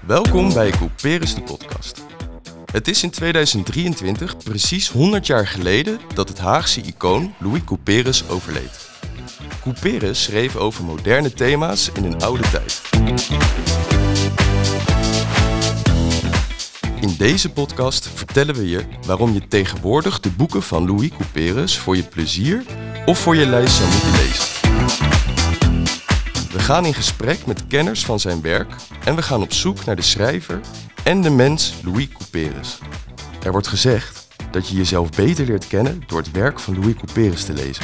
Welkom bij Couperus de podcast. Het is in 2023 precies 100 jaar geleden dat het Haagse icoon Louis Couperus overleed. Couperus schreef over moderne thema's in een oude tijd. In deze podcast vertellen we je waarom je tegenwoordig de boeken van Louis Couperus voor je plezier of voor je lijst zou moeten lezen. We gaan in gesprek met kenners van zijn werk en we gaan op zoek naar de schrijver en de mens Louis Couperus. Er wordt gezegd dat je jezelf beter leert kennen door het werk van Louis Couperus te lezen.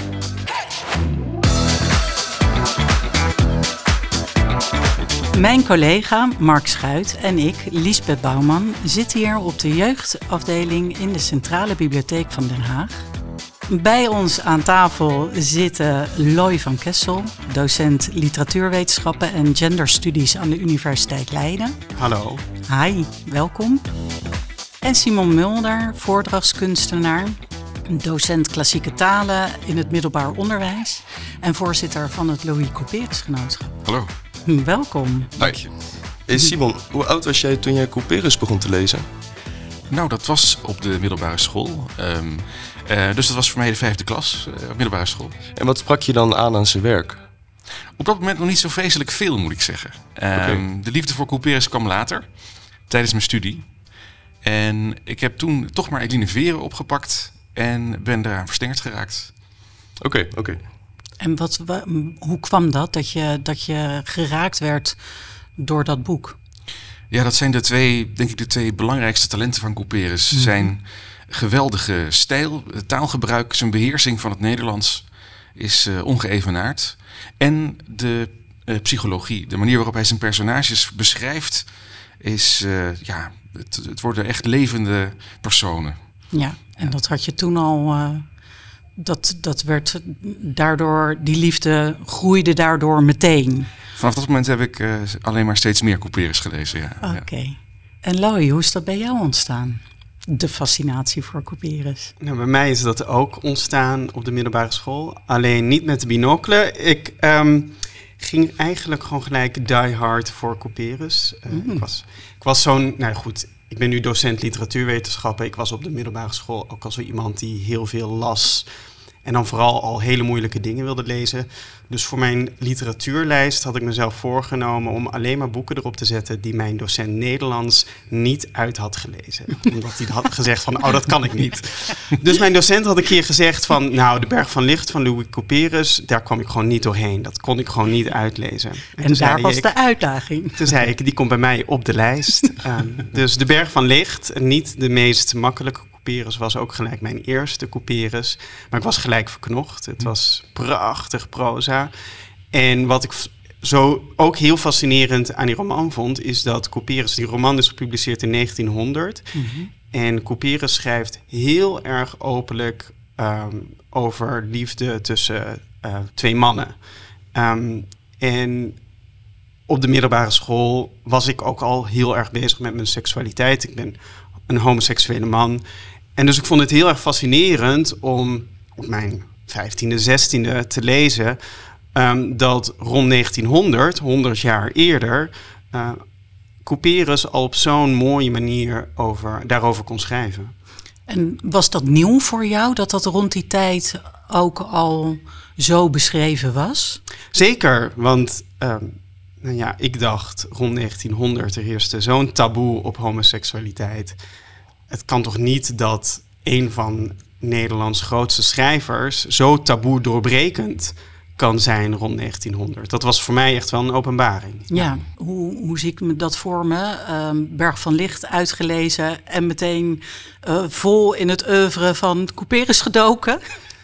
Mijn collega Mark Schuit en ik, Liesbeth Bouwman, zitten hier op de jeugdafdeling in de Centrale Bibliotheek van Den Haag. Bij ons aan tafel zitten Loy van Kessel, docent literatuurwetenschappen en genderstudies aan de Universiteit Leiden. Hallo. Hi, welkom. En Simon Mulder, voordrachtskunstenaar, docent klassieke talen in het middelbaar onderwijs en voorzitter van het Louis Couperus Genootschap. Hallo. Welkom. Dank je. Hey Simon, hoe oud was jij toen jij Couperus begon te lezen? Nou, dat was op de middelbare school. Dus dat was voor mij de 5e klas, middelbare school. En wat sprak je dan aan zijn werk? Op dat moment nog niet zo vreselijk veel, moet ik zeggen. De liefde voor Couperus kwam later, tijdens mijn studie. En ik heb toen toch maar Eline Vere opgepakt en ben daaraan verslingerd geraakt. Oké. En hoe kwam dat je geraakt werd door dat boek? Ja, dat zijn de twee belangrijkste talenten van Couperus. Zijn geweldige stijl, het taalgebruik, zijn beheersing van het Nederlands is ongeëvenaard. En de psychologie, de manier waarop hij zijn personages beschrijft, is het worden echt levende personen. Ja, en dat had je toen al. Dat werd daardoor, die liefde groeide daardoor meteen. Vanaf dat moment heb ik alleen maar steeds meer Couperus gelezen. Ja. Oké. Ja. En Loy, hoe is dat bij jou ontstaan? De fascinatie voor Couperus. Nou, bij mij is dat ook ontstaan op de middelbare school. Alleen niet met de binocle. Ik ging eigenlijk gewoon gelijk die hard voor Couperus. Ik was zo'n... Nou goed, ik ben nu docent literatuurwetenschappen. Ik was op de middelbare school ook al zo iemand die heel veel las. En dan vooral al hele moeilijke dingen wilde lezen. Dus voor mijn literatuurlijst had ik mezelf voorgenomen om alleen maar boeken erop te zetten die mijn docent Nederlands niet uit had gelezen. Omdat hij had gezegd van, dat kan ik niet. Dus mijn docent had een keer gezegd van, De Berg van Licht van Louis Couperus, daar kwam ik gewoon niet doorheen. Dat kon ik gewoon niet uitlezen. En daar was de uitdaging. Toen zei ik, die komt bij mij op de lijst. Dus De Berg van Licht, niet de meest makkelijke Couperus, was ook gelijk mijn eerste Couperus. Maar ik was gelijk verknocht. Het was prachtig proza. En wat ik zo ook heel fascinerend aan die roman vond, is dat Couperus, die roman is gepubliceerd in 1900. En Couperus schrijft heel erg openlijk over liefde tussen twee mannen. En op de middelbare school was ik ook al heel erg bezig met mijn seksualiteit. Ik ben een homoseksuele man. En dus ik vond het heel erg fascinerend om op mijn 15e, 16e te lezen dat rond 1900, 100 jaar eerder, Couperus al op zo'n mooie manier daarover kon schrijven. En was dat nieuw voor jou, dat rond die tijd ook al zo beschreven was? Zeker, want ik dacht rond 1900 er heerste zo'n taboe op homoseksualiteit. Het kan toch niet dat een van Nederlands grootste schrijvers zo taboe doorbrekend kan zijn rond 1900. Dat was voor mij echt wel een openbaring. Ja, hoe zie ik me dat voor me? Berg van Licht uitgelezen en meteen vol in het oeuvre van Couperus gedoken?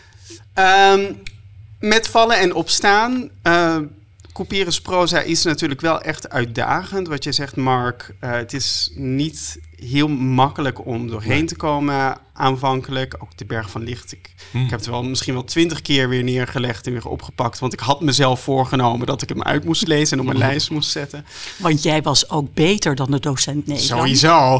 Met vallen en opstaan. Couperus proza is natuurlijk wel echt uitdagend. Wat je zegt, Mark, het is niet heel makkelijk om doorheen te komen aanvankelijk. Ook De Berg van Licht. Ik heb het misschien wel 20 keer weer neergelegd en weer opgepakt. Want ik had mezelf voorgenomen dat ik hem uit moest lezen en op mijn lijst moest zetten. Want jij was ook beter dan de docent Nederlands. Sowieso.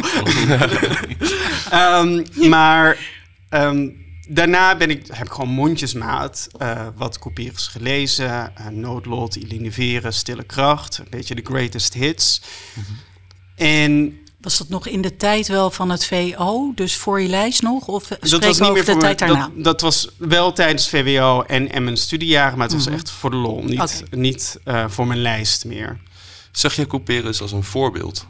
Daarna heb ik gewoon mondjesmaat wat Couperus gelezen. Noodlot, Eline Vere, Stille Kracht. Een beetje de greatest hits. En was dat nog in de tijd wel van het VO, dus voor je lijst nog? Of dat was niet meer de tijd daarna? Dat was wel tijdens VWO en mijn studiejaren, maar het was echt voor de lol. Niet voor mijn lijst meer. Zag je Couperus als een voorbeeld?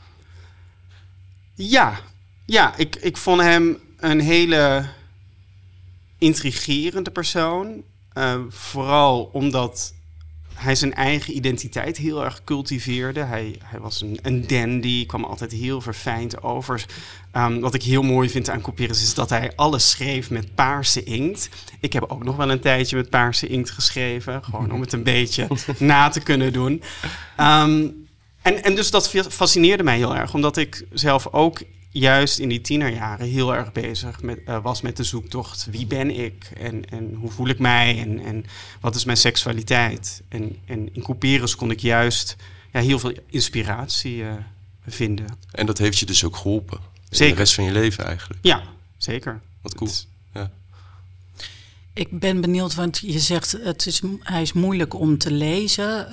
Ja, ik vond hem een hele intrigerende persoon. Vooral omdat hij zijn eigen identiteit heel erg cultiveerde. Hij was een dandy, kwam altijd heel verfijnd over. Wat ik heel mooi vind aan Couperus is dat hij alles schreef met paarse inkt. Ik heb ook nog wel een tijdje met paarse inkt geschreven. Gewoon om het een beetje na te kunnen doen. En dus dat fascineerde mij heel erg. Omdat ik zelf ook juist in die tienerjaren heel erg bezig was met de zoektocht. Wie ben ik? En hoe voel ik mij? En wat is mijn seksualiteit? En in Couperus kon ik juist heel veel inspiratie vinden. En dat heeft je dus ook geholpen? Zeker. In de rest van je leven eigenlijk? Ja, zeker. Wat cool. Ja. Ik ben benieuwd, want je zegt hij is moeilijk om te lezen.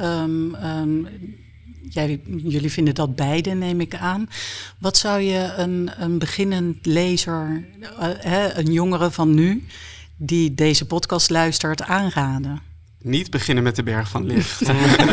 Jullie vinden dat beide, neem ik aan. Wat zou je een beginnend lezer, een jongere van nu, die deze podcast luistert, aanraden? Niet beginnen met de Berg van Licht.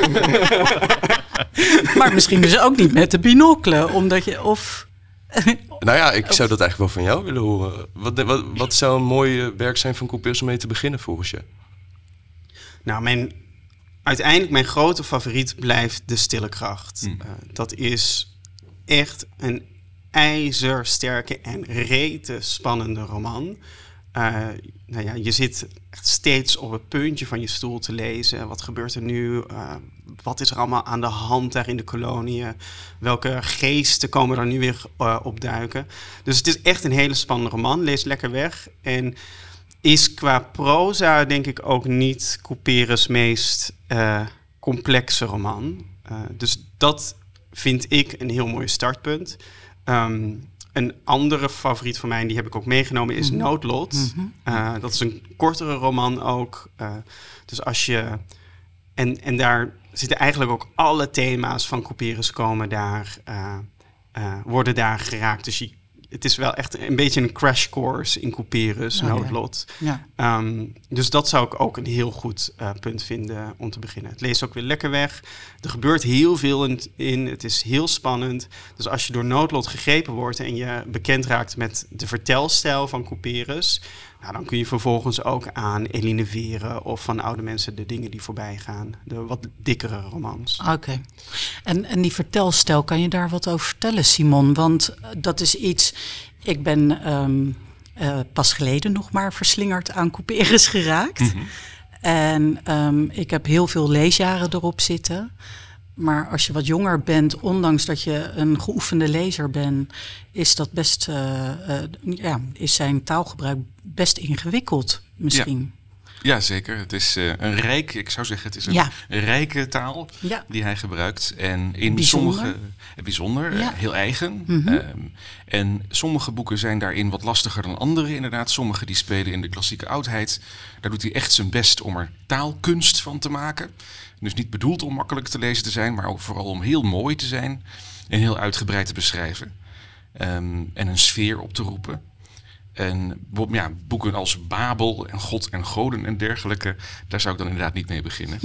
Maar misschien dus ook niet met de binocle, omdat je Nou ja, ik zou dat eigenlijk wel van jou willen horen. Wat zou een mooi werk zijn van Couperus om mee te beginnen volgens je? Nou, uiteindelijk mijn grote favoriet blijft De Stille Kracht. Dat is echt een ijzersterke en rete spannende roman. Je zit echt steeds op het puntje van je stoel te lezen. Wat gebeurt er nu? Wat is er allemaal aan de hand daar in de koloniën? Welke geesten komen er nu weer opduiken? Dus het is echt een hele spannende roman. Lees lekker weg. En is qua proza denk ik ook niet Couperus' meest complexe roman. Dus dat vind ik een heel mooi startpunt. Een andere favoriet van mij, en die heb ik ook meegenomen, is Noodlot. Dat is een kortere roman ook. Dus als je... En daar zitten eigenlijk ook alle thema's van Couperus worden daar geraakt. Dus het is wel echt een beetje een crash course in Couperus, Noodlot. Ja. Dus dat zou ik ook een heel goed punt vinden om te beginnen. Het leest ook weer lekker weg. Er gebeurt heel veel in. Het is heel spannend. Dus als je door Noodlot gegrepen wordt en je bekend raakt met de vertelstijl van Couperus, dan kun je vervolgens ook aan Eline Vere of Van Oude Mensen de Dingen die voorbij gaan. De wat dikkere romans. Oké. En die vertelstijl, kan je daar wat over vertellen, Simon? Want dat is iets... Ik ben pas geleden nog maar verslingerd aan Couperus geraakt. En ik heb heel veel leesjaren erop zitten. Maar als je wat jonger bent, ondanks dat je een geoefende lezer bent, is dat best, is zijn taalgebruik best ingewikkeld misschien. Ja, zeker. Het is een rijke rijke taal die hij gebruikt. En in bijzonder, heel eigen. En sommige boeken zijn daarin wat lastiger dan andere. Inderdaad, sommige die spelen in de klassieke oudheid. Daar doet hij echt zijn best om er taalkunst van te maken. Dus niet bedoeld om makkelijk te lezen te zijn, maar ook vooral om heel mooi te zijn en heel uitgebreid te beschrijven. En een sfeer op te roepen. En boeken als Babel en God en Goden en dergelijke, daar zou ik dan inderdaad niet mee beginnen.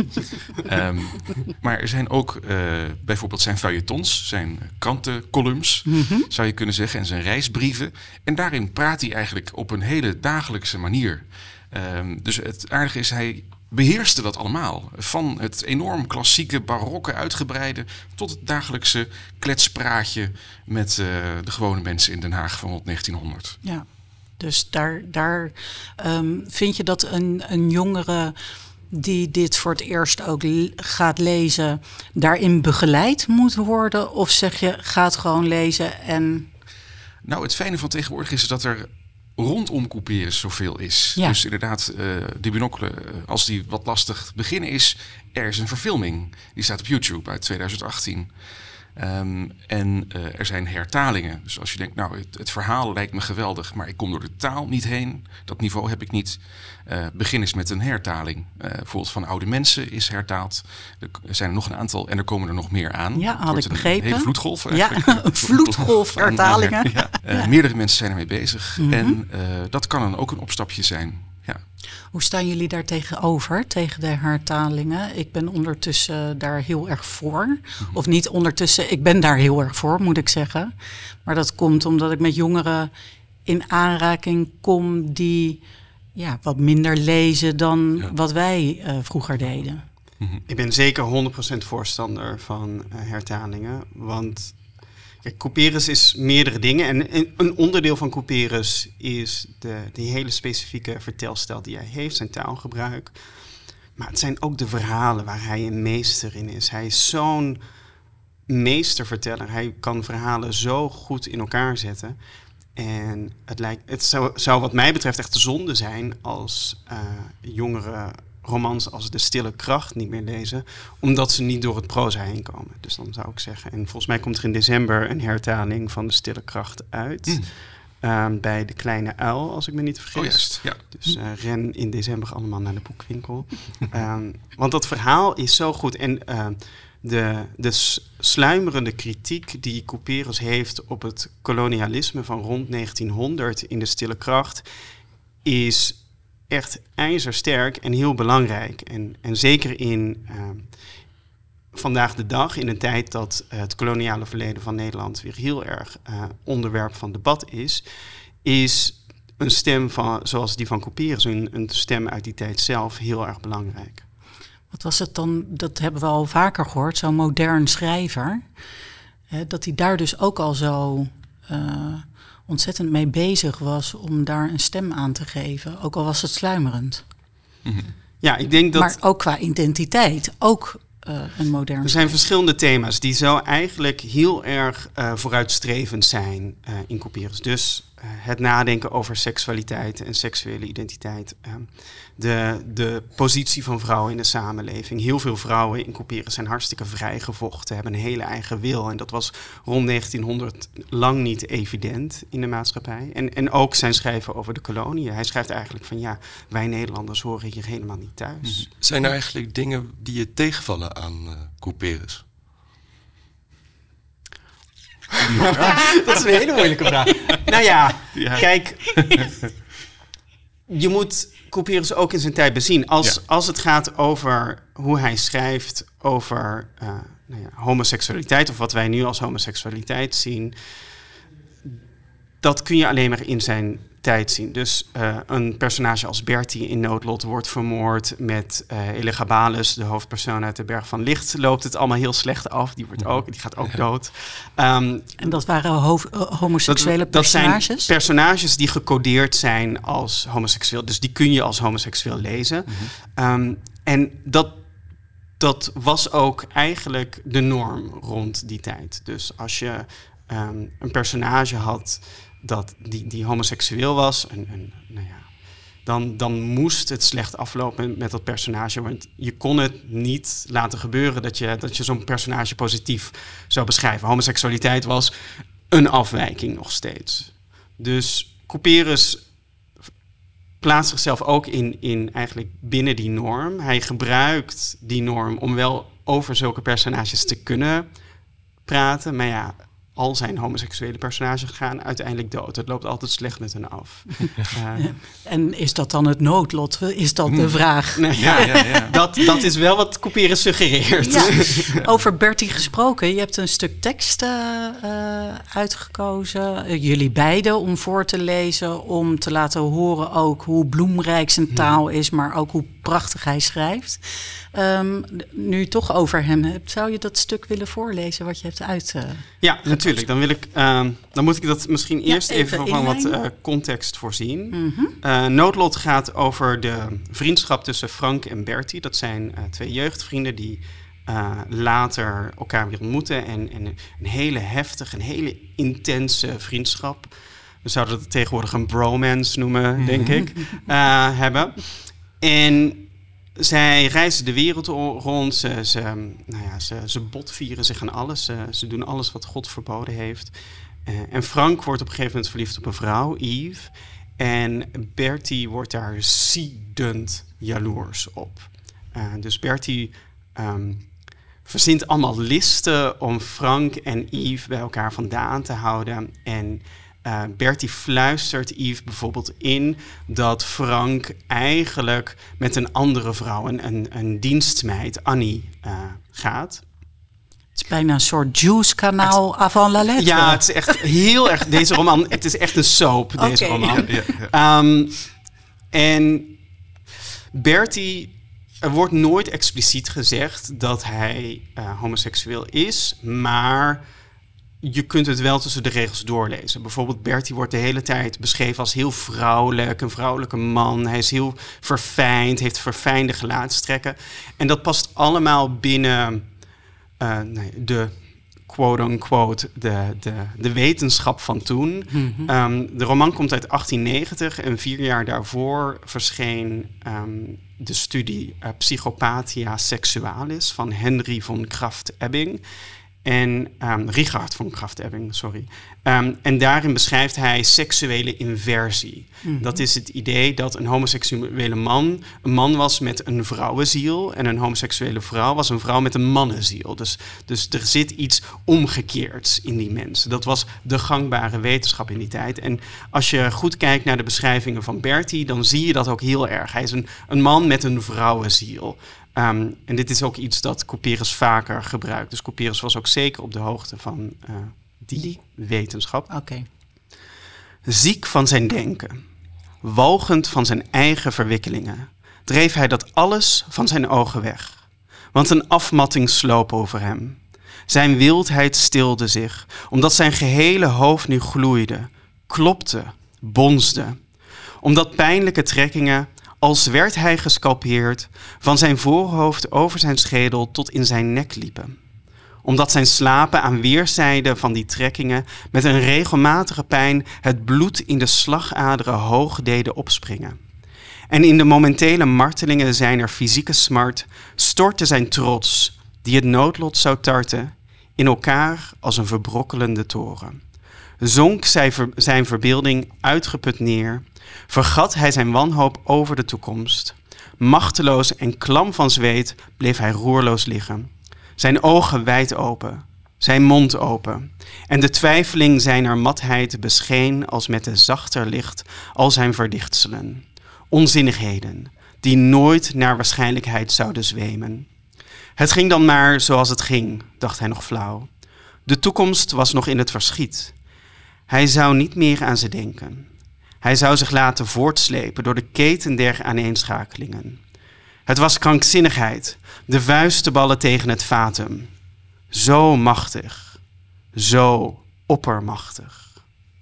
Maar er zijn ook bijvoorbeeld zijn feuilletons, zijn krantencolumns, zou je kunnen zeggen, en zijn reisbrieven. En daarin praat hij eigenlijk op een hele dagelijkse manier. Dus het aardige is, hij beheerste dat allemaal. Van het enorm klassieke, barokke, uitgebreide tot het dagelijkse kletspraatje met de gewone mensen in Den Haag van rond 1900. Ja. Dus daar vind je dat een jongere die dit voor het eerst ook gaat lezen, daarin begeleid moet worden? Of zeg je, ga het gewoon lezen en... Nou, het fijne van tegenwoordig is dat er rondom Couperus zoveel is. Ja. Dus inderdaad, de binocle, als die wat lastig beginnen is, er is een verfilming. Die staat op YouTube uit 2018. Er zijn hertalingen. Dus als je denkt, nou, het verhaal lijkt me geweldig, maar ik kom door de taal niet heen. Dat niveau heb ik niet. Begin eens met een hertaling. Bijvoorbeeld van Oude Mensen is hertaald. Er zijn er nog een aantal en er komen er nog meer aan. Ja, had ik begrepen. Een hele vloedgolf eigenlijk. Ja, een vloedgolf hertalingen. Meerdere mensen zijn ermee bezig. En dat kan dan ook een opstapje zijn. Ja. Hoe staan jullie daar tegenover, tegen de hertalingen? Ik ben ondertussen daar heel erg voor. Of niet ondertussen, ik ben daar heel erg voor, moet ik zeggen. Maar dat komt omdat ik met jongeren in aanraking kom die wat minder lezen dan wat wij vroeger deden. Ik ben zeker 100% voorstander van hertalingen. Want kijk, Couperus is meerdere dingen. En een onderdeel van Couperus is die hele specifieke vertelstijl die hij heeft, zijn taalgebruik. Maar het zijn ook de verhalen waar hij een meester in is. Hij is zo'n meesterverteller. Hij kan verhalen zo goed in elkaar zetten. En het zou wat mij betreft echt de zonde zijn als jongeren romans als De Stille Kracht niet meer lezen, omdat ze niet door het proza heen komen. Dus dan zou ik zeggen, en volgens mij komt er in december een hertaling van De Stille Kracht uit. Bij De Kleine Uil, als ik me niet vergis. Oh, juist, ja. Dus ren in december allemaal naar de boekwinkel. Want dat verhaal is zo goed. En de sluimerende kritiek die Couperus heeft op het kolonialisme van rond 1900 in De Stille Kracht is echt ijzersterk en heel belangrijk. En zeker in vandaag de dag, in een tijd dat het koloniale verleden van Nederland weer heel erg onderwerp van debat is een stem zoals die van Couperus, een stem uit die tijd zelf, heel erg belangrijk. Wat was het dan, dat hebben we al vaker gehoord, zo'n modern schrijver, dat hij daar dus ook al zo ontzettend mee bezig was om daar een stem aan te geven, ook al was het sluimerend. Ja, ik denk dat. Maar ook qua identiteit, ook een modern. Er zijn verschillende thema's die zo eigenlijk heel erg vooruitstrevend zijn in Couperus. Dus het nadenken over seksualiteit en seksuele identiteit. De positie van vrouwen in de samenleving. Heel veel vrouwen in Couperus zijn hartstikke vrijgevochten, hebben een hele eigen wil. En dat was rond 1900 lang niet evident in de maatschappij. En ook zijn schrijven over de koloniën. Hij schrijft eigenlijk van wij Nederlanders horen hier helemaal niet thuis. Zijn er eigenlijk dingen die je tegenvallen aan Couperus? Dat is een hele moeilijke vraag. Nou ja, kijk, je moet Couperus ook in zijn tijd bezien. Als het gaat over hoe hij schrijft over homoseksualiteit, of wat wij nu als homoseksualiteit zien, dat kun je alleen maar in zijn tijd zien. Dus een personage als Bertie in Noodlot wordt vermoord met Elagabalus, de hoofdpersoon uit de Berg van Licht, loopt het allemaal heel slecht af. Die gaat ook dood. En dat waren homoseksuele personages? Dat zijn personages die gecodeerd zijn als homoseksueel. Dus die kun je als homoseksueel lezen. En dat was ook eigenlijk de norm rond die tijd. Dus als je een personage had die homoseksueel was, dan moest het slecht aflopen met dat personage. Want je kon het niet laten gebeuren dat je zo'n personage positief zou beschrijven. Homoseksualiteit was een afwijking nog steeds. Dus Couperus plaatst zichzelf ook in eigenlijk binnen die norm. Hij gebruikt die norm om wel over zulke personages te kunnen praten. Maar al zijn homoseksuele personages gaan uiteindelijk dood. Het loopt altijd slecht met hen af. En is dat dan het noodlot? Is dat de vraag? Ja. Dat is wel wat Couperus suggereert. Ja. Over Bertie gesproken. Je hebt een stuk tekst uitgekozen. Jullie beiden om voor te lezen. Om te laten horen ook hoe bloemrijk zijn taal is. Maar ook hoe prachtig hij schrijft. Nu je toch over hem hebt, zou je dat stuk willen voorlezen wat je hebt uit? Ja, natuurlijk. Dan moet ik dat misschien eerst even van wat context voorzien. Noodlot gaat over de vriendschap tussen Frank en Bertie. Dat zijn twee jeugdvrienden die later elkaar weer ontmoeten en een hele heftige, een hele intense vriendschap. We zouden dat tegenwoordig een bromance noemen, denk ik, hebben. En Zij reizen de wereld rond. Ze botvieren zich aan alles. Ze doen alles wat God verboden heeft. En Frank wordt op een gegeven moment verliefd op een vrouw, Yves. En Bertie wordt daar ziedend jaloers op. Dus Bertie verzint allemaal listen om Frank en Yves bij elkaar vandaan te houden. En Bertie fluistert Yves bijvoorbeeld in dat Frank eigenlijk met een andere vrouw, een dienstmeid, Annie, gaat. Het is bijna een soort Juice-kanaal avant la lettre. Ja, het is echt heel erg... Deze roman, het is echt een soap, deze roman. Ja. En Bertie... Er wordt nooit expliciet gezegd dat hij homoseksueel is, maar je kunt het wel tussen de regels doorlezen. Bijvoorbeeld Bertie wordt de hele tijd beschreven als heel vrouwelijk, een vrouwelijke man. Hij is heel verfijnd, heeft verfijnde gelaatstrekken. En dat past allemaal binnen de quote-unquote, de wetenschap van toen. Mm-hmm. De roman komt uit 1890 en 4 jaar daarvoor verscheen de studie Psychopathia Sexualis van Henry von Krafft-Ebing. En Richard von Krafft-Ebing, sorry. En daarin beschrijft hij seksuele inversie. Mm-hmm. Dat is het idee dat een homoseksuele man een man was met een vrouwenziel en een homoseksuele vrouw was een vrouw met een mannenziel. Dus er zit iets omgekeerds in die mensen. Dat was de gangbare wetenschap in die tijd. En als je goed kijkt naar de beschrijvingen van Bertie, dan zie je dat ook heel erg. Hij is een man met een vrouwenziel. En dit is ook iets dat Couperus vaker gebruikt. Dus Couperus was ook zeker op de hoogte van die wetenschap. Okay. Ziek van zijn denken, walgend van zijn eigen verwikkelingen, dreef hij dat alles van zijn ogen weg. Want een afmatting sloop over hem. Zijn wildheid stilde zich, omdat zijn gehele hoofd nu gloeide, klopte, bonsde. Omdat pijnlijke trekkingen, als werd hij gescalpeerd, van zijn voorhoofd over zijn schedel tot in zijn nek liepen. Omdat zijn slapen aan weerszijden van die trekkingen met een regelmatige pijn het bloed in de slagaderen hoog deden opspringen. En in de momentele martelingen zijner fysieke smart stortte zijn trots, die het noodlot zou tarten, in elkaar als een verbrokkelende toren. Zonk zijn verbeelding uitgeput neer, vergat hij zijn wanhoop over de toekomst. Machteloos en klam van zweet bleef hij roerloos liggen. Zijn ogen wijd open, zijn mond open. En de twijfeling zijner matheid bescheen als met een zachter licht al zijn verdichtselen. Onzinnigheden, die nooit naar waarschijnlijkheid zouden zwemen. Het ging dan maar zoals het ging, dacht hij nog flauw. De toekomst was nog in het verschiet. Hij zou niet meer aan ze denken. Hij zou zich laten voortslepen door de keten der aaneenschakelingen. Het was krankzinnigheid, de vuistenballen tegen het fatum. Zo machtig, zo oppermachtig.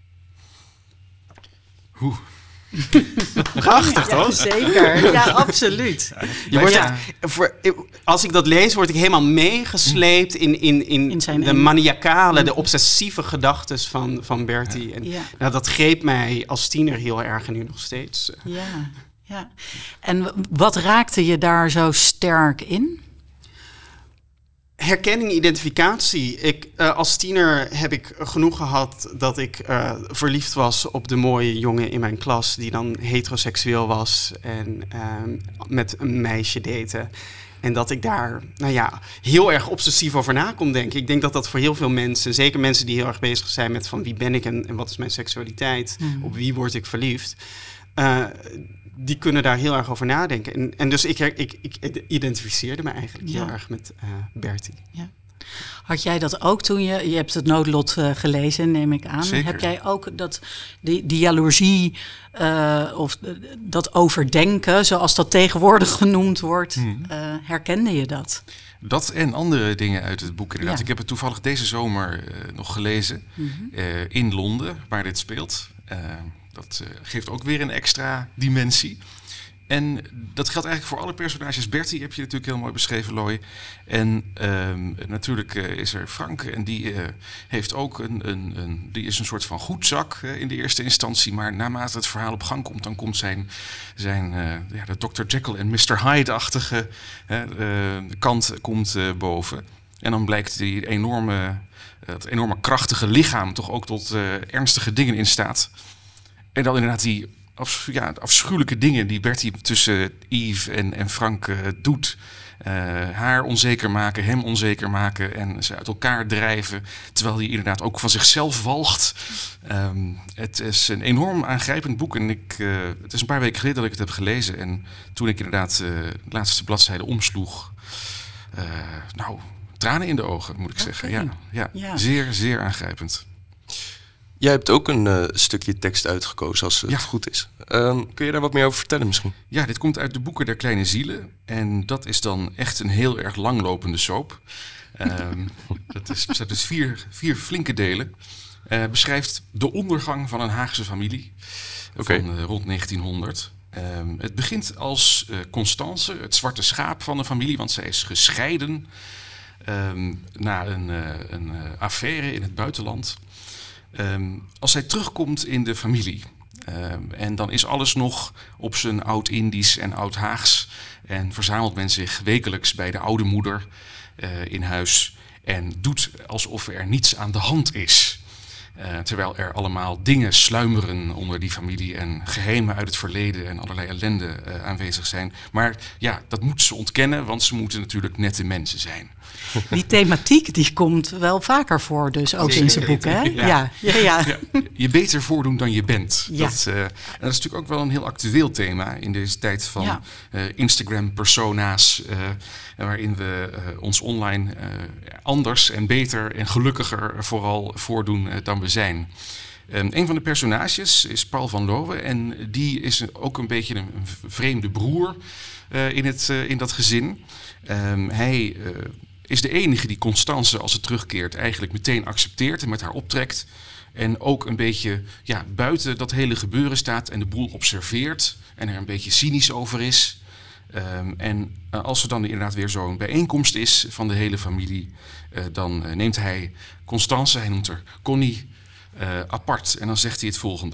Prachtig, toch? Ja, zeker, ja, absoluut. Als ik dat lees, word ik helemaal meegesleept in de maniacale, de obsessieve gedachtes van Bertie. En dat greep mij als tiener heel erg en nu nog steeds. Ja. En wat raakte je daar zo sterk in? Herkenning, identificatie. Als tiener heb ik genoeg gehad dat ik verliefd was op de mooie jongen in mijn klas die dan heteroseksueel was en met een meisje daten. En dat ik daar heel erg obsessief over na kon denken. Ik denk dat dat voor heel veel mensen, zeker mensen die heel erg bezig zijn met van wie ben ik en wat is mijn seksualiteit, op wie word ik verliefd, die kunnen daar heel erg over nadenken. En dus ik identificeerde me eigenlijk heel erg met Bertie. Ja. Had jij dat ook toen je hebt het noodlot gelezen, neem ik aan. Zeker. Heb jij ook die jaloezie of dat overdenken, zoals dat tegenwoordig genoemd wordt, herkende je dat? Dat en andere dingen uit het boek inderdaad. Ja. Ik heb het toevallig deze zomer nog gelezen in Londen, waar dit speelt. Dat geeft ook weer een extra dimensie. En dat geldt eigenlijk voor alle personages. Bertie heb je natuurlijk heel mooi beschreven, Looy. En natuurlijk is er Frank. En die heeft ook die is een soort van goedzak in de eerste instantie. Maar naarmate het verhaal op gang komt, dan komt zijn de Dr. Jekyll en Mr. Hyde-achtige kant komt boven. En dan blijkt het enorme krachtige lichaam toch ook tot ernstige dingen in staat. En dan inderdaad die afschuwelijke dingen die Bertie tussen Yves en Frank doet. Haar onzeker maken, hem onzeker maken en ze uit elkaar drijven. Terwijl hij inderdaad ook van zichzelf walgt. Het is een enorm aangrijpend boek. En het is een paar weken geleden dat ik het heb gelezen. En toen ik inderdaad de laatste bladzijde omsloeg... tranen in de ogen, moet ik zeggen. Ja. Zeer, zeer aangrijpend. Jij hebt ook een stukje tekst uitgekozen, als het goed is. Kun je daar wat meer over vertellen misschien? Ja, dit komt uit de boeken der kleine zielen. En dat is dan echt een heel erg langlopende soap. Dat bestaat dus vier flinke delen. Beschrijft de ondergang van een Haagse familie van rond 1900. Het begint als Constance, het zwarte schaap van de familie, want zij is gescheiden na een affaire in het buitenland. Als zij terugkomt in de familie en dan is alles nog op zijn oud-Indisch en oud-Haags en verzamelt men zich wekelijks bij de oude moeder in huis en doet alsof er niets aan de hand is. Terwijl er allemaal dingen sluimeren onder die familie en geheimen uit het verleden en allerlei ellende aanwezig zijn. Maar ja, dat moeten ze ontkennen, want ze moeten natuurlijk nette mensen zijn. Die thematiek die komt wel vaker voor, dus ook in zijn boek, hè? Ja. Je beter voordoen dan je bent. Ja. En dat is natuurlijk ook wel een heel actueel thema in deze tijd van Instagram-persona's, waarin we ons online anders en beter en gelukkiger vooral voordoen dan we zijn. Een van de personages is Paul van Lowe en die is ook een beetje een vreemde broer in dat gezin. Hij is de enige die Constance, als ze terugkeert, eigenlijk meteen accepteert en met haar optrekt. En ook een beetje buiten dat hele gebeuren staat en de boel observeert en er een beetje cynisch over is. En als er dan inderdaad weer zo'n bijeenkomst is van de hele familie, dan neemt hij Constance, hij noemt haar Connie, apart. En dan zegt hij het volgende.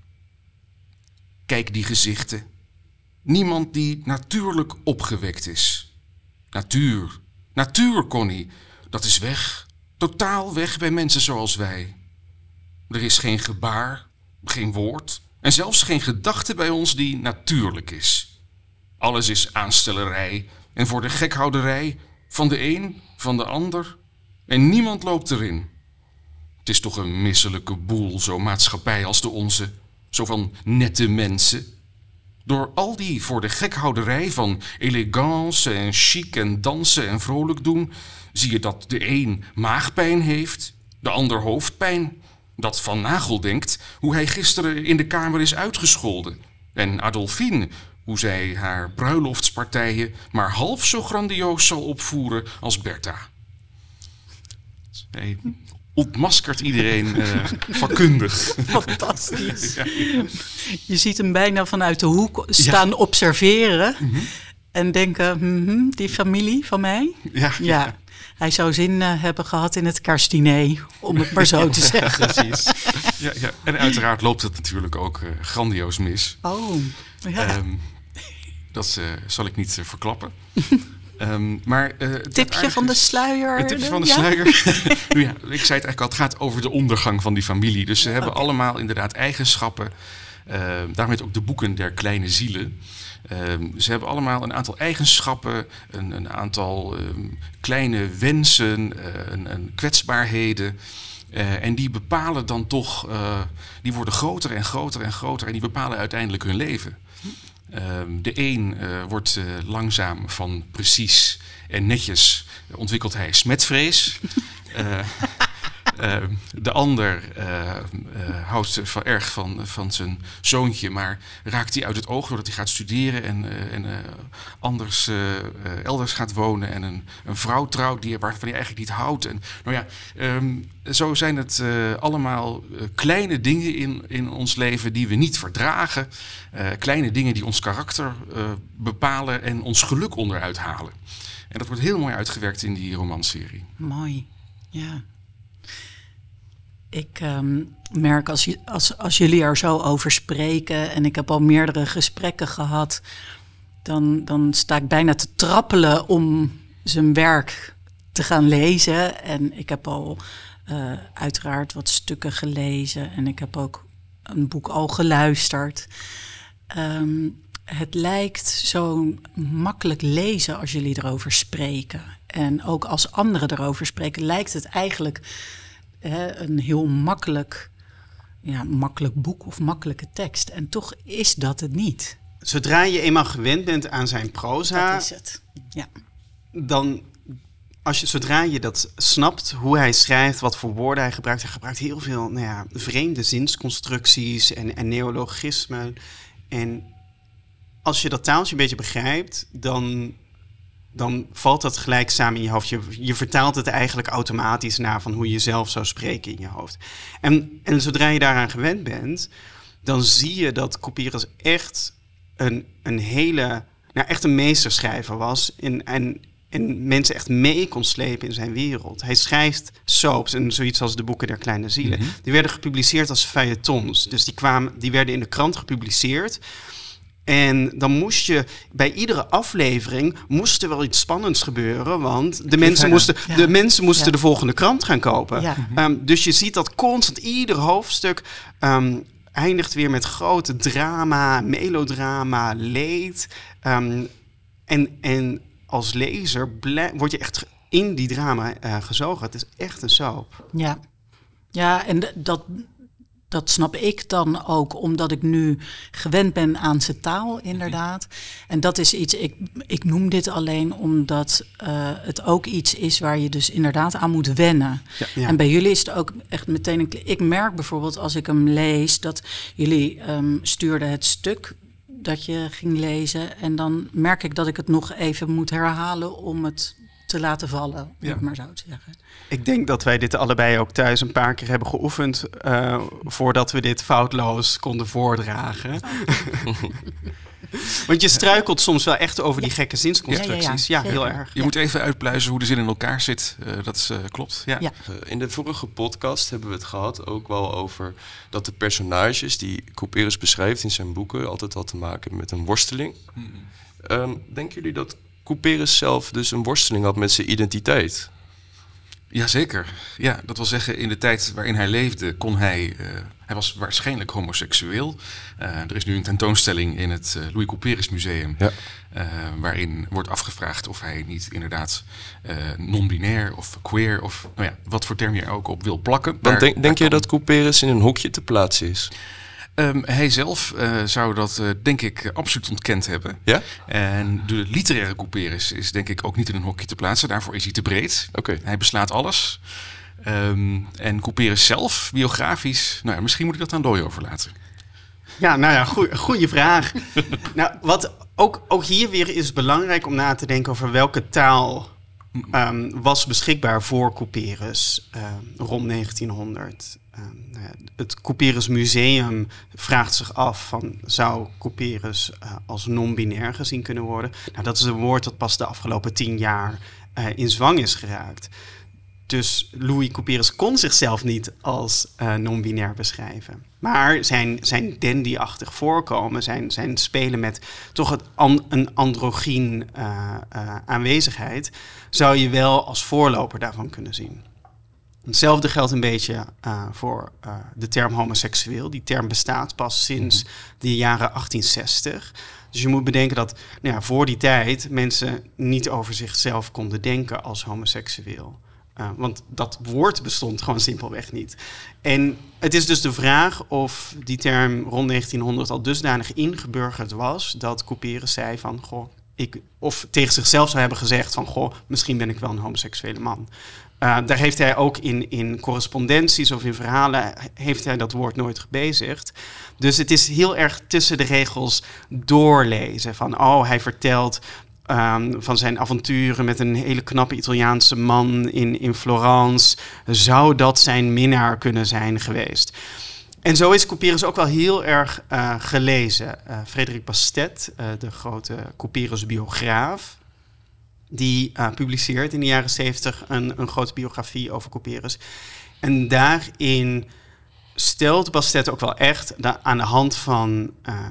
Kijk die gezichten. Niemand die natuurlijk opgewekt is. Natuur, Connie. Dat is weg. Totaal weg bij mensen zoals wij. Er is geen gebaar, geen woord en zelfs geen gedachte bij ons die natuurlijk is. Alles is aanstellerij en voor de gekhouderij van de een, van de ander en niemand loopt erin. Het is toch een misselijke boel, zo'n maatschappij als de onze. Zo van nette mensen. Door al die voor de gekhouderij van elegance en chic en dansen en vrolijk doen, zie je dat de een maagpijn heeft, de ander hoofdpijn. Dat Van Nagel denkt hoe hij gisteren in de kamer is uitgescholden. En Adolfine, hoe zij haar bruiloftspartijen maar half zo grandioos zal opvoeren als Bertha. Hij ontmaskert iedereen vakkundig. Fantastisch. Je ziet hem bijna vanuit de hoek staan observeren. En denken, die familie van mij? Ja. Hij zou zin hebben gehad in het kerstdiner, om het maar zo te zeggen. Precies. Ja. En uiteraard loopt het natuurlijk ook grandioos mis. Oh, ja. Dat zal ik niet verklappen. Maar tipje van de sluier. Een tipje van de sluier. Ik zei het eigenlijk al, het gaat over de ondergang van die familie. Dus ze hebben allemaal inderdaad eigenschappen. Daarom heet ook de boeken der kleine zielen. Ze hebben allemaal een aantal eigenschappen, een aantal kleine wensen, een kwetsbaarheden. En die bepalen dan toch, die worden groter en groter en groter en die bepalen uiteindelijk hun leven. De een wordt langzaam van precies en netjes ontwikkelt hij smetvrees. De ander houdt erg van zijn zoontje, maar raakt hij uit het oog doordat hij gaat studeren en anders elders gaat wonen en een vrouw trouwt waarvan hij eigenlijk niet houdt. En, zo zijn het allemaal kleine dingen in ons leven die we niet verdragen. Kleine dingen die ons karakter bepalen en ons geluk onderuit halen. En dat wordt heel mooi uitgewerkt in die romanserie. Mooi, ja. Ik merk als jullie er zo over spreken, en ik heb al meerdere gesprekken gehad, dan sta ik bijna te trappelen om zijn werk te gaan lezen. En ik heb al uiteraard wat stukken gelezen en ik heb ook een boek al geluisterd. Het lijkt zo makkelijk lezen als jullie erover spreken. En ook als anderen erover spreken, lijkt het eigenlijk een heel makkelijk boek of makkelijke tekst. En toch is dat het niet. Zodra je eenmaal gewend bent aan zijn proza, Dat is het, ja. Dan, zodra je dat snapt, hoe hij schrijft, wat voor woorden hij gebruikt heel veel vreemde zinsconstructies en neologismen. En als je dat taaltje een beetje begrijpt, dan valt dat gelijk samen in je hoofd. Je vertaalt het eigenlijk automatisch naar van hoe je zelf zou spreken in je hoofd. En zodra je daaraan gewend bent, dan zie je dat Couperus echt een hele, echt een meesterschrijver was en mensen echt mee kon slepen in zijn wereld. Hij schrijft soaps en zoiets als de boeken der kleine zielen. Mm-hmm. Die werden gepubliceerd als feuilletons. Dus die werden in de krant gepubliceerd. En dan moest je bij iedere aflevering moest er wel iets spannends gebeuren, want de mensen moesten de volgende krant gaan kopen. Ja. Dus je ziet dat constant ieder hoofdstuk eindigt weer met grote drama, melodrama, leed. En als lezer word je echt in die drama gezogen. Het is echt een soap. Ja, en dat snap ik dan ook, omdat ik nu gewend ben aan zijn taal, inderdaad. En dat is iets, ik noem dit alleen omdat het ook iets is waar je dus inderdaad aan moet wennen. Ja. En bij jullie is het ook echt meteen ik merk bijvoorbeeld als ik hem lees, dat jullie stuurden het stuk dat je ging lezen. En dan merk ik dat ik het nog even moet herhalen om het te laten vallen, om het maar zo te zeggen. Ik denk dat wij dit allebei ook thuis een paar keer hebben geoefend voordat we dit foutloos konden voordragen. Want je struikelt soms wel echt over die gekke zinsconstructies. Ja, heel erg. Je moet even uitpluizen hoe de zin in elkaar zit. Dat klopt. Ja. In de vorige podcast hebben we het gehad ook wel over dat de personages die Couperus beschrijft in zijn boeken altijd had te maken met een worsteling. Denken jullie dat Couperus zelf dus een worsteling had met zijn identiteit? Jazeker. Ja, dat wil zeggen, in de tijd waarin hij leefde kon hij was waarschijnlijk homoseksueel. Er is nu een tentoonstelling in het Louis Couperus Museum, waarin wordt afgevraagd of hij niet inderdaad non-binair of queer of wat voor term je er ook op wil plakken. Denk je dat Couperus in een hokje te plaatsen is? Hij zelf zou dat denk ik absoluut ontkend hebben. Ja? En de literaire Couperus is denk ik ook niet in een hokje te plaatsen. Daarvoor is hij te breed. Okay. Hij beslaat alles. En Couperus zelf, biografisch, misschien moet ik dat aan Dooi overlaten. Ja, goede vraag. Wat ook hier weer is belangrijk om na te denken over welke taal was beschikbaar voor Couperus rond 1900. Het Couperus Museum vraagt zich af van, zou Couperus als non-binair gezien kunnen worden? Dat is een woord dat pas de afgelopen 10 jaar in zwang is geraakt. Dus Louis Couperus kon zichzelf niet als non-binair beschrijven. Maar zijn dandy-achtig voorkomen, zijn spelen met toch een androgyn aanwezigheid, zou je wel als voorloper daarvan kunnen zien. Hetzelfde geldt een beetje voor de term homoseksueel. Die term bestaat pas sinds de jaren 1860. Dus je moet bedenken dat voor die tijd mensen niet over zichzelf konden denken als homoseksueel. Want dat woord bestond gewoon simpelweg niet. En het is dus de vraag of die term rond 1900 al dusdanig ingeburgerd was dat Couperus zei van, of tegen zichzelf zou hebben gezegd van, misschien ben ik wel een homoseksuele man. Daar heeft hij ook in correspondenties of in verhalen heeft hij dat woord nooit gebezigd. Dus het is heel erg tussen de regels doorlezen. Van, hij vertelt van zijn avonturen met een hele knappe Italiaanse man in Florence. Zou dat zijn minnaar kunnen zijn geweest? En zo is Couperus ook wel heel erg gelezen. Frederik Bastet, de grote Couperus-biograaf, die publiceert in de jaren 70 een grote biografie over Couperus. En daarin stelt Bastet ook wel echt aan de hand van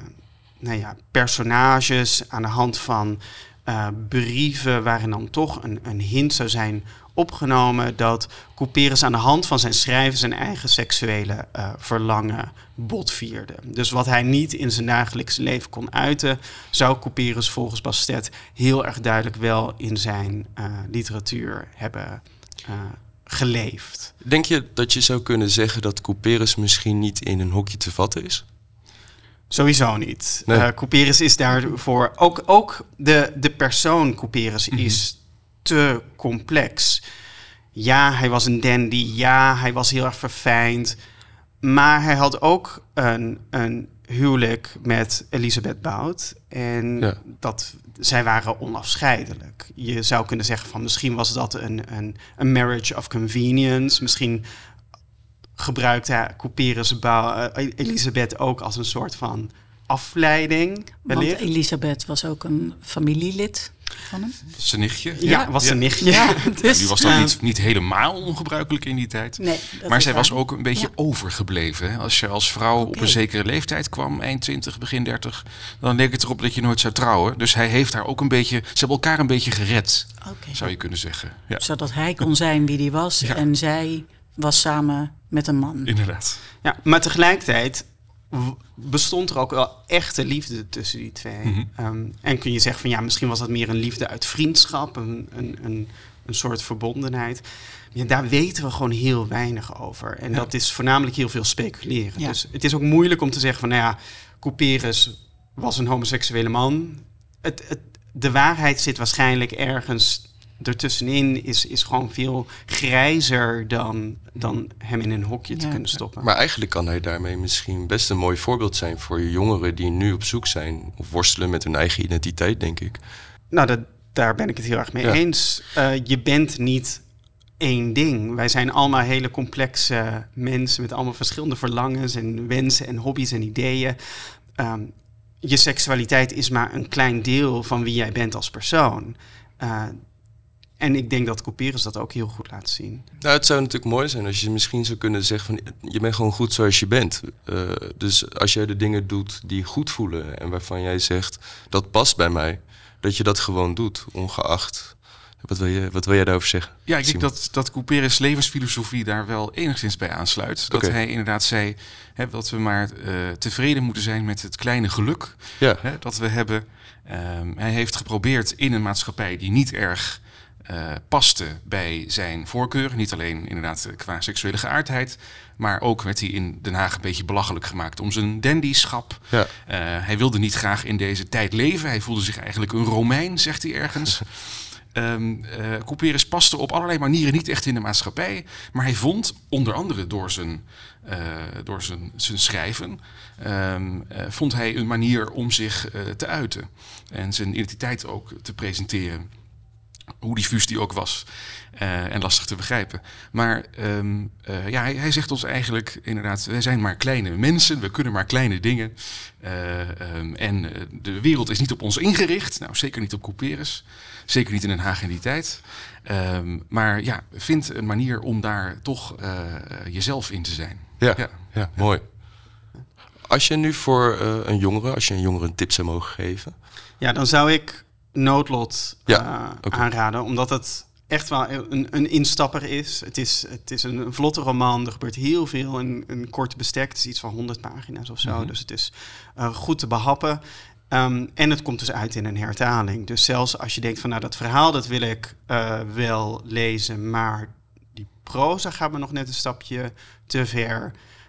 personages, aan de hand van brieven waarin dan toch een hint zou zijn opgenomen dat Couperus aan de hand van zijn schrijven zijn eigen seksuele verlangen botvierde. Dus wat hij niet in zijn dagelijks leven kon uiten, zou Couperus volgens Bastet heel erg duidelijk wel in zijn literatuur hebben geleefd. Denk je dat je zou kunnen zeggen dat Couperus misschien niet in een hokje te vatten is? Sowieso niet. Nee. Couperus is daarvoor... Ook de persoon Couperus is te complex. Ja, hij was een dandy. Ja, hij was heel erg verfijnd. Maar hij had ook een huwelijk met Elisabeth Bout. En zij waren onafscheidelijk. Je zou kunnen zeggen van misschien was dat een marriage of convenience. Misschien gebruikte Couperus Elisabeth ook als een soort van afleiding. Want Elisabeth was ook een familielid van hem. Zijn nichtje. Ja, was zijn nichtje. Ja, dus, die was dan niet helemaal ongebruikelijk in die tijd. Nee, maar zij was ook een beetje overgebleven. Hè? Als je als vrouw op een zekere leeftijd kwam, eind 20, begin 30... dan leek het erop dat je nooit zou trouwen. Dus hij heeft haar ook een beetje... Ze hebben elkaar een beetje gered, zou je kunnen zeggen. Ja. Zodat hij kon zijn wie hij was en zij was samen met een man. Inderdaad. Ja, maar tegelijkertijd bestond er ook wel echte liefde tussen die twee. En kun je zeggen van misschien was dat meer een liefde uit vriendschap, een soort verbondenheid. Ja, daar weten we gewoon heel weinig over. En dat is voornamelijk heel veel speculeren. Ja. Dus het is ook moeilijk om te zeggen van Couperus was een homoseksuele man. De waarheid zit waarschijnlijk ergens ertussenin, is gewoon veel grijzer dan hem in een hokje te kunnen stoppen. Maar eigenlijk kan hij daarmee misschien best een mooi voorbeeld zijn voor jongeren die nu op zoek zijn of worstelen met hun eigen identiteit, denk ik. Nou, daar ben ik het heel erg mee eens. Je bent niet één ding. Wij zijn allemaal hele complexe mensen met allemaal verschillende verlangens en wensen en hobby's en ideeën. Je seksualiteit is maar een klein deel van wie jij bent als persoon. En ik denk dat Couperus dat ook heel goed laat zien. Nou, het zou natuurlijk mooi zijn als je misschien zou kunnen zeggen van je bent gewoon goed zoals je bent. Dus als jij de dingen doet die goed voelen en waarvan jij zegt dat past bij mij, dat je dat gewoon doet, ongeacht. Wat wil jij daarover zeggen? Ja, ik denk dat Couperus' levensfilosofie daar wel enigszins bij aansluit. Dat hij inderdaad zei dat we maar tevreden moeten zijn met het kleine geluk dat we hebben. Hij heeft geprobeerd in een maatschappij die niet erg paste bij zijn voorkeuren. Niet alleen inderdaad qua seksuele geaardheid, maar ook werd hij in Den Haag een beetje belachelijk gemaakt om zijn dandyschap. Ja. Hij wilde niet graag in deze tijd leven. Hij voelde zich eigenlijk een Romein, zegt hij ergens. Couperus paste op allerlei manieren niet echt in de maatschappij, maar hij vond, onder andere door zijn schrijven, vond hij een manier om zich te uiten en zijn identiteit ook te presenteren. Hoe diffuus die ook was en lastig te begrijpen. Maar hij zegt ons eigenlijk inderdaad, wij zijn maar kleine mensen, we kunnen maar kleine dingen. En de wereld is niet op ons ingericht, nou zeker niet op Couperus, zeker niet in Den Haag in die tijd. Maar vind een manier om daar toch jezelf in te zijn. Ja, mooi. Als je nu voor een jongere een tip zou mogen geven? Ja, dan zou ik Noodlot aanraden, omdat het echt wel een instapper is. Het is een vlotte roman, er gebeurt heel veel in een korte bestek. Het is iets van 100 pagina's of zo, dus het is goed te behappen. En het komt dus uit in een hertaling. Dus zelfs als je denkt van dat verhaal, dat wil ik wel lezen, maar die proza gaat me nog net een stapje te ver.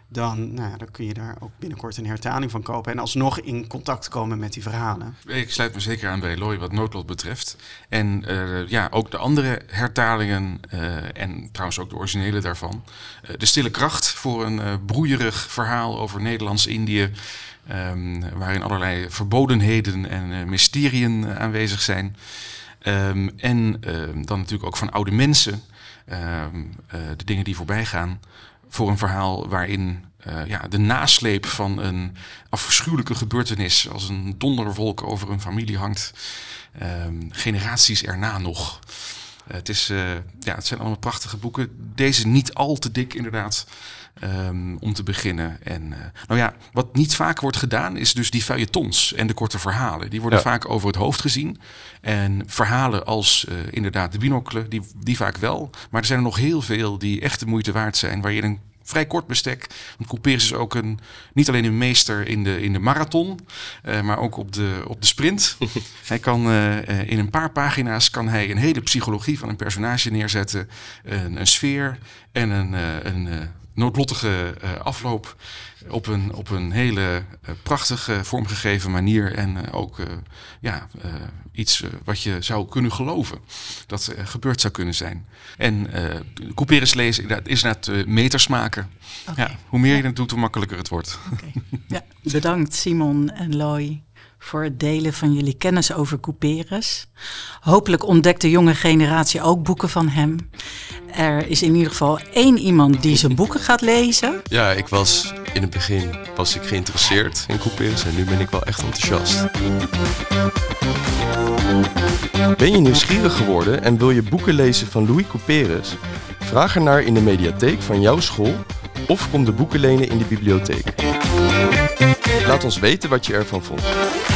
dan kun je daar ook binnenkort een hertaling van kopen en alsnog in contact komen met die verhalen. Ik sluit me zeker aan bij Eloy wat Noodlot betreft. En ook de andere hertalingen en trouwens ook de originele daarvan. De Stille Kracht voor een broeierig verhaal over Nederlands-Indië, waarin allerlei verbodenheden en mysterieën aanwezig zijn. En dan natuurlijk ook van oude mensen, de dingen die voorbij gaan, voor een verhaal waarin de nasleep van een afschuwelijke gebeurtenis als een donderwolk over een familie hangt, generaties erna nog. Het zijn allemaal prachtige boeken. Deze niet al te dik inderdaad, om te beginnen. En wat niet vaak wordt gedaan is dus die feuilletons en de korte verhalen. Die worden vaak over het hoofd gezien. En verhalen als inderdaad de Binocle, die vaak wel. Maar er zijn er nog heel veel die echt de moeite waard zijn, waar je een vrij kort bestek. Want Couperus is ook niet alleen een meester in de marathon, maar ook op de sprint. Hij kan in een paar pagina's een hele psychologie van een personage neerzetten, een sfeer en een noodlottige afloop op een hele prachtige vormgegeven manier en ook iets wat je zou kunnen geloven dat gebeurd zou kunnen zijn. En Couperus lezen is inderdaad meters maken. Okay. Ja, hoe meer je het doet, hoe makkelijker het wordt. Okay. Ja, bedankt Simon en Loy voor het delen van jullie kennis over Couperus. Hopelijk ontdekt de jonge generatie ook boeken van hem. Er is in ieder geval 1 iemand die zijn boeken gaat lezen. Ja, in het begin was ik geïnteresseerd in Couperus en nu ben ik wel echt enthousiast. Ben je nieuwsgierig geworden en wil je boeken lezen van Louis Couperus? Vraag ernaar in de mediatheek van jouw school of kom de boeken lenen in de bibliotheek. Laat ons weten wat je ervan vond.